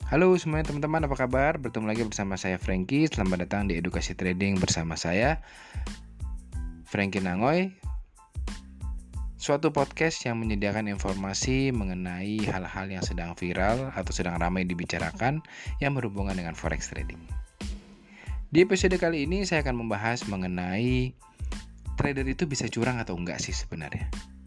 Halo semuanya teman-teman, apa kabar? Bertemu lagi bersama saya Frankie. Selamat datang di Edukasi Trading bersama saya Frankie Nangoy. Suatu podcast yang menyediakan informasi mengenai hal-hal yang sedang viral atau sedang ramai dibicarakan yang berhubungan dengan forex trading. Di episode kali ini saya akan membahas mengenai trader itu bisa curang atau enggak sih sebenarnya.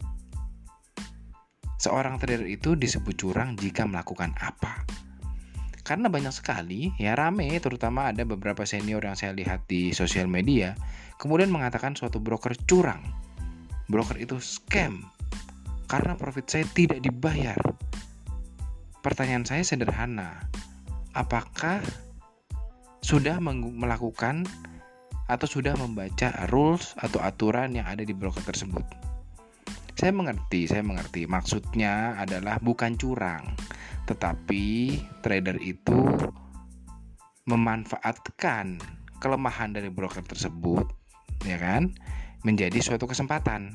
Seorang trader itu disebut curang jika melakukan apa? Karena banyak sekali, ya rame, terutama ada beberapa senior yang saya lihat di sosial media, kemudian mengatakan suatu broker curang. Broker itu scam, karena profit saya tidak dibayar. Pertanyaan saya sederhana, apakah sudah melakukan atau sudah membaca rules atau aturan yang ada di broker tersebut? Saya mengerti. Maksudnya adalah bukan curang, tetapi trader itu memanfaatkan kelemahan dari broker tersebut, ya kan, menjadi suatu kesempatan.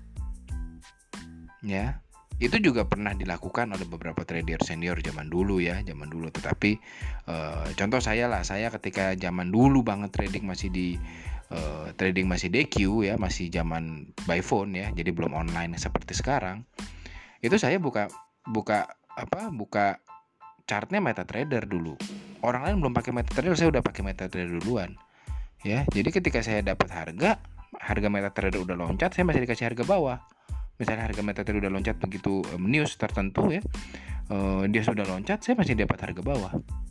Ya, itu juga pernah dilakukan oleh beberapa trader senior zaman dulu. Tetapi contoh saya ketika zaman dulu banget trading masih DQ ya, masih zaman by phone ya, jadi belum online seperti sekarang. Itu saya buka chartnya MetaTrader dulu. Orang lain belum pakai MetaTrader, saya udah pakai MetaTrader duluan. Ya, jadi ketika saya dapat harga MetaTrader udah loncat, saya masih dikasih harga bawah. Misalnya harga MetaTrader udah loncat begitu news tertentu ya, dia sudah loncat, saya masih dapat harga bawah.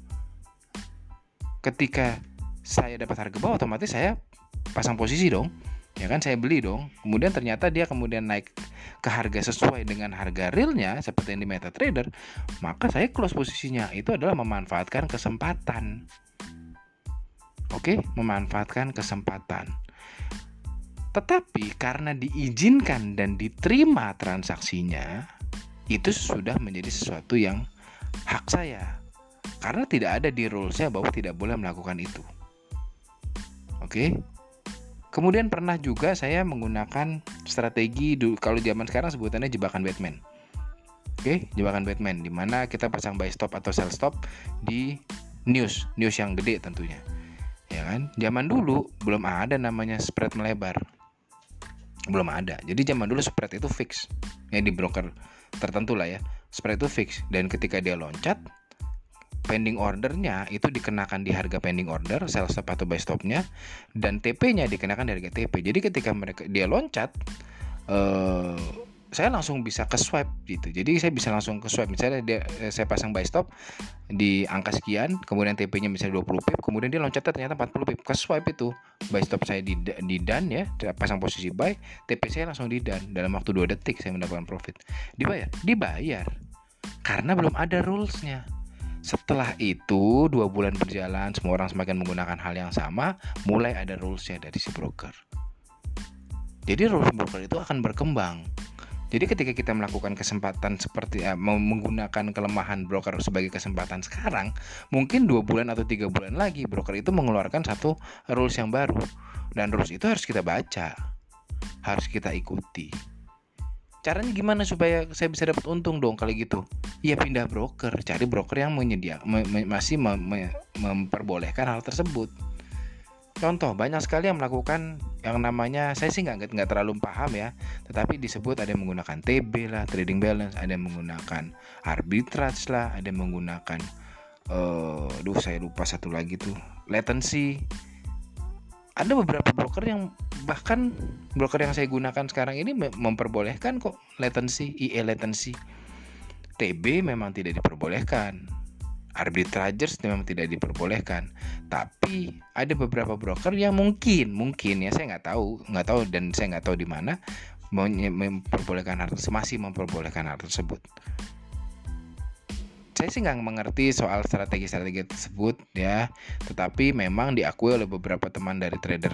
Ketika saya dapat harga bawah, otomatis saya pasang posisi dong, ya kan, saya beli dong. Kemudian ternyata dia naik ke harga sesuai dengan harga realnya seperti yang di MetaTrader, maka saya close posisinya. Itu adalah memanfaatkan kesempatan. Oke, memanfaatkan kesempatan. Tetapi karena diizinkan dan diterima transaksinya, itu sudah menjadi sesuatu yang hak saya. Karena tidak ada di rules-nya bahwa tidak boleh melakukan itu. Oke. Kemudian pernah juga saya menggunakan strategi, kalau zaman sekarang sebutannya jebakan Batman. Oke, jebakan Batman, di mana kita pasang buy stop atau sell stop di news yang gede tentunya. Ya kan? Zaman dulu belum ada namanya spread melebar. Belum ada. Jadi zaman dulu spread itu fix. Ya, di broker tertentu lah ya. Spread itu fix, dan ketika dia loncat, pending ordernya itu dikenakan di harga pending order, sell stop atau buy stopnya, dan TP-nya dikenakan di harga TP. Jadi ketika dia loncat, saya langsung bisa ke swipe gitu. Jadi saya bisa langsung ke swipe. Misalnya saya pasang buy stop di angka sekian, kemudian TP-nya misalnya 20 pip, kemudian dia loncatnya ternyata 40 pip, ke swipe itu. Buy stop saya di done ya, pasang posisi buy, TP saya langsung di done. Dalam waktu 2 detik saya mendapatkan profit. Dibayar. Karena belum ada rules-nya. Setelah itu 2 bulan berjalan, semua orang semakin menggunakan hal yang sama, mulai ada rules-nya dari si broker. Jadi rules broker itu akan berkembang. Jadi ketika kita melakukan kesempatan seperti menggunakan kelemahan broker sebagai kesempatan sekarang, mungkin 2 bulan atau 3 bulan lagi broker itu mengeluarkan satu rules yang baru. Dan rules itu harus kita baca, harus kita ikuti. Caranya gimana supaya saya bisa dapat untung dong kalau gitu? Ya pindah broker, cari broker yang masih memperbolehkan hal tersebut. Contoh, banyak sekali yang melakukan yang namanya, saya sih nggak terlalu paham ya, tetapi disebut ada yang menggunakan TB lah, trading balance, ada yang menggunakan arbitrage lah, ada yang menggunakan saya lupa satu lagi tuh, latency. Ada beberapa broker yang, bahkan broker yang saya gunakan sekarang ini memperbolehkan kok latency, IE latency. TB memang tidak diperbolehkan, arbitragers memang tidak diperbolehkan, tapi ada beberapa broker yang mungkin ya, saya nggak tahu dan saya nggak tahu di mana masih memperbolehkan hal tersebut. Saya sih nggak mengerti soal strategi tersebut ya, tetapi memang diakui oleh beberapa teman dari trader,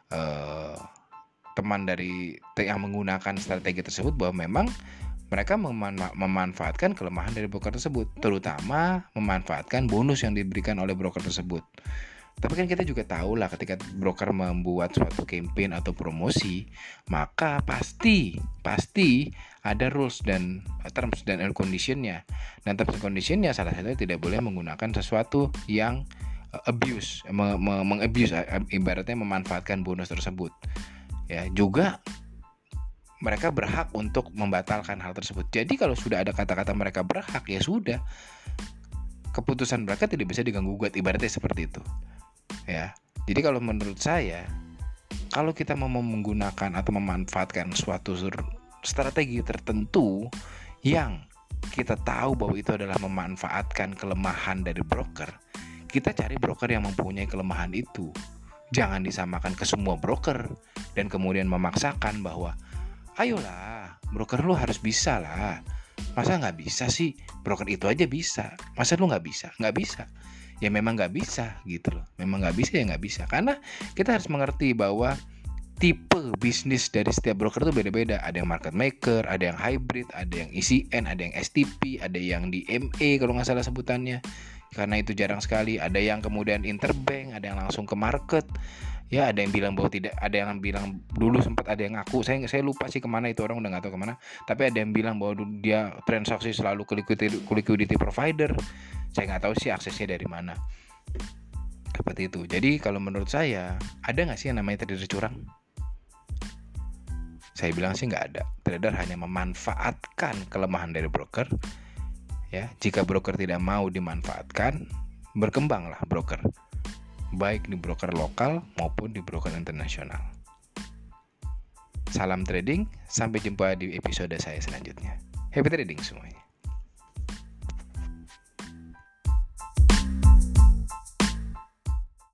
yang menggunakan strategi tersebut, bahwa memang mereka memanfaatkan kelemahan dari broker tersebut, terutama memanfaatkan bonus yang diberikan oleh broker tersebut. Tapi kan kita juga tahu lah, ketika broker membuat suatu campaign atau promosi, maka pasti ada rules dan terms dan conditionnya. Dan terms and conditionnya salah satunya tidak boleh menggunakan sesuatu yang mengabuse, ibaratnya memanfaatkan bonus tersebut. Ya, juga mereka berhak untuk membatalkan hal tersebut. Jadi kalau sudah ada kata-kata mereka berhak, ya sudah, keputusan mereka tidak bisa diganggu gugat, ibaratnya seperti itu. Ya. Jadi kalau menurut saya, kalau kita mau menggunakan atau memanfaatkan suatu strategi tertentu yang kita tahu bahwa itu adalah memanfaatkan kelemahan dari broker, kita cari broker yang mempunyai kelemahan itu. Jangan disamakan ke semua broker dan kemudian memaksakan bahwa ayolah, broker lu harus bisa lah. Masa nggak bisa sih? Broker itu aja bisa. Masa lu nggak bisa? Nggak bisa. Ya memang nggak bisa gitu loh. Memang nggak bisa, ya nggak bisa. Karena kita harus mengerti bahwa tipe bisnis dari setiap broker itu beda-beda. Ada yang market maker, ada yang hybrid, ada yang ECN, ada yang STP, ada yang DMA kalau nggak salah sebutannya. Karena itu jarang sekali. Ada yang kemudian interbank, ada yang langsung ke market. Ya, ada yang bilang bahwa tidak, ada yang bilang dulu sempat ada yang ngaku, saya lupa sih kemana itu orang, udah nggak tahu kemana. Tapi ada yang bilang bahwa dia transaksi selalu ke liquidity provider. Saya nggak tahu sih aksesnya dari mana. Seperti itu. Jadi kalau menurut saya, ada nggak sih yang namanya trader curang? Saya bilang sih nggak ada. Trader hanya memanfaatkan kelemahan dari broker. Ya, jika broker tidak mau dimanfaatkan, berkembanglah broker, baik di broker lokal maupun di broker internasional. Salam trading, sampai jumpa di episode saya selanjutnya. Happy trading semuanya.